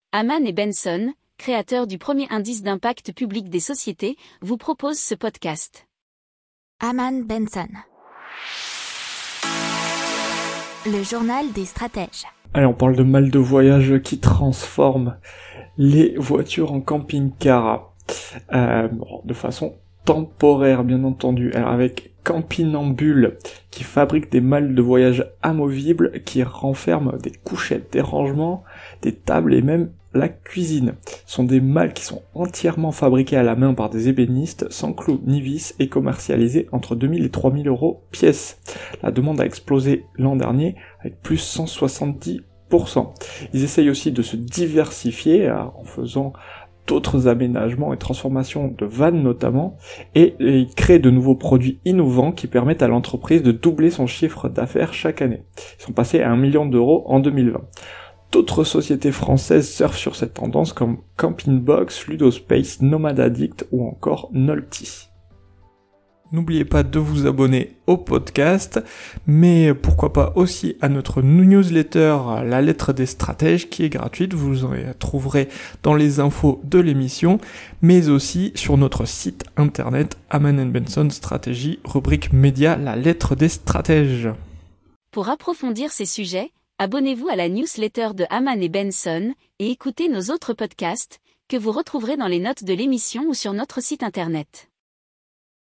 Hamann et Benson, créateurs du premier indice d'impact public des sociétés, vous proposent ce podcast. Hamann Benson, le journal des stratèges. Allez, on parle de mal de voyage qui transforme les voitures en camping-car, de façon temporaire bien entendu. Alors avec Campinambule qui fabrique des malles de voyage amovibles qui renferment des couchettes, des rangements, des tables et même la cuisine. Ce sont des malles qui sont entièrement fabriquées à la main par des ébénistes, sans clous ni vis et commercialisées entre 2000 et 3000 euros pièce. La demande a explosé l'an dernier avec plus 170%. Ils essayent aussi de se diversifier en faisant d'autres aménagements et transformations de vannes notamment, et ils créent de nouveaux produits innovants qui permettent à l'entreprise de doubler son chiffre d'affaires chaque année. Ils sont passés à 1 million d'euros en 2020. D'autres sociétés françaises surfent sur cette tendance comme Campingbox, Ludospace, Nomad Addict ou encore Nolty. N'oubliez pas de vous abonner au podcast, mais pourquoi pas aussi à notre newsletter La Lettre des Stratèges qui est gratuite, vous en trouverez dans les infos de l'émission, mais aussi sur notre site internet Hamann & Benson Stratégie, rubrique média La Lettre des Stratèges. Pour approfondir ces sujets, abonnez-vous à la newsletter de Hamann & Benson et écoutez nos autres podcasts que vous retrouverez dans les notes de l'émission ou sur notre site internet.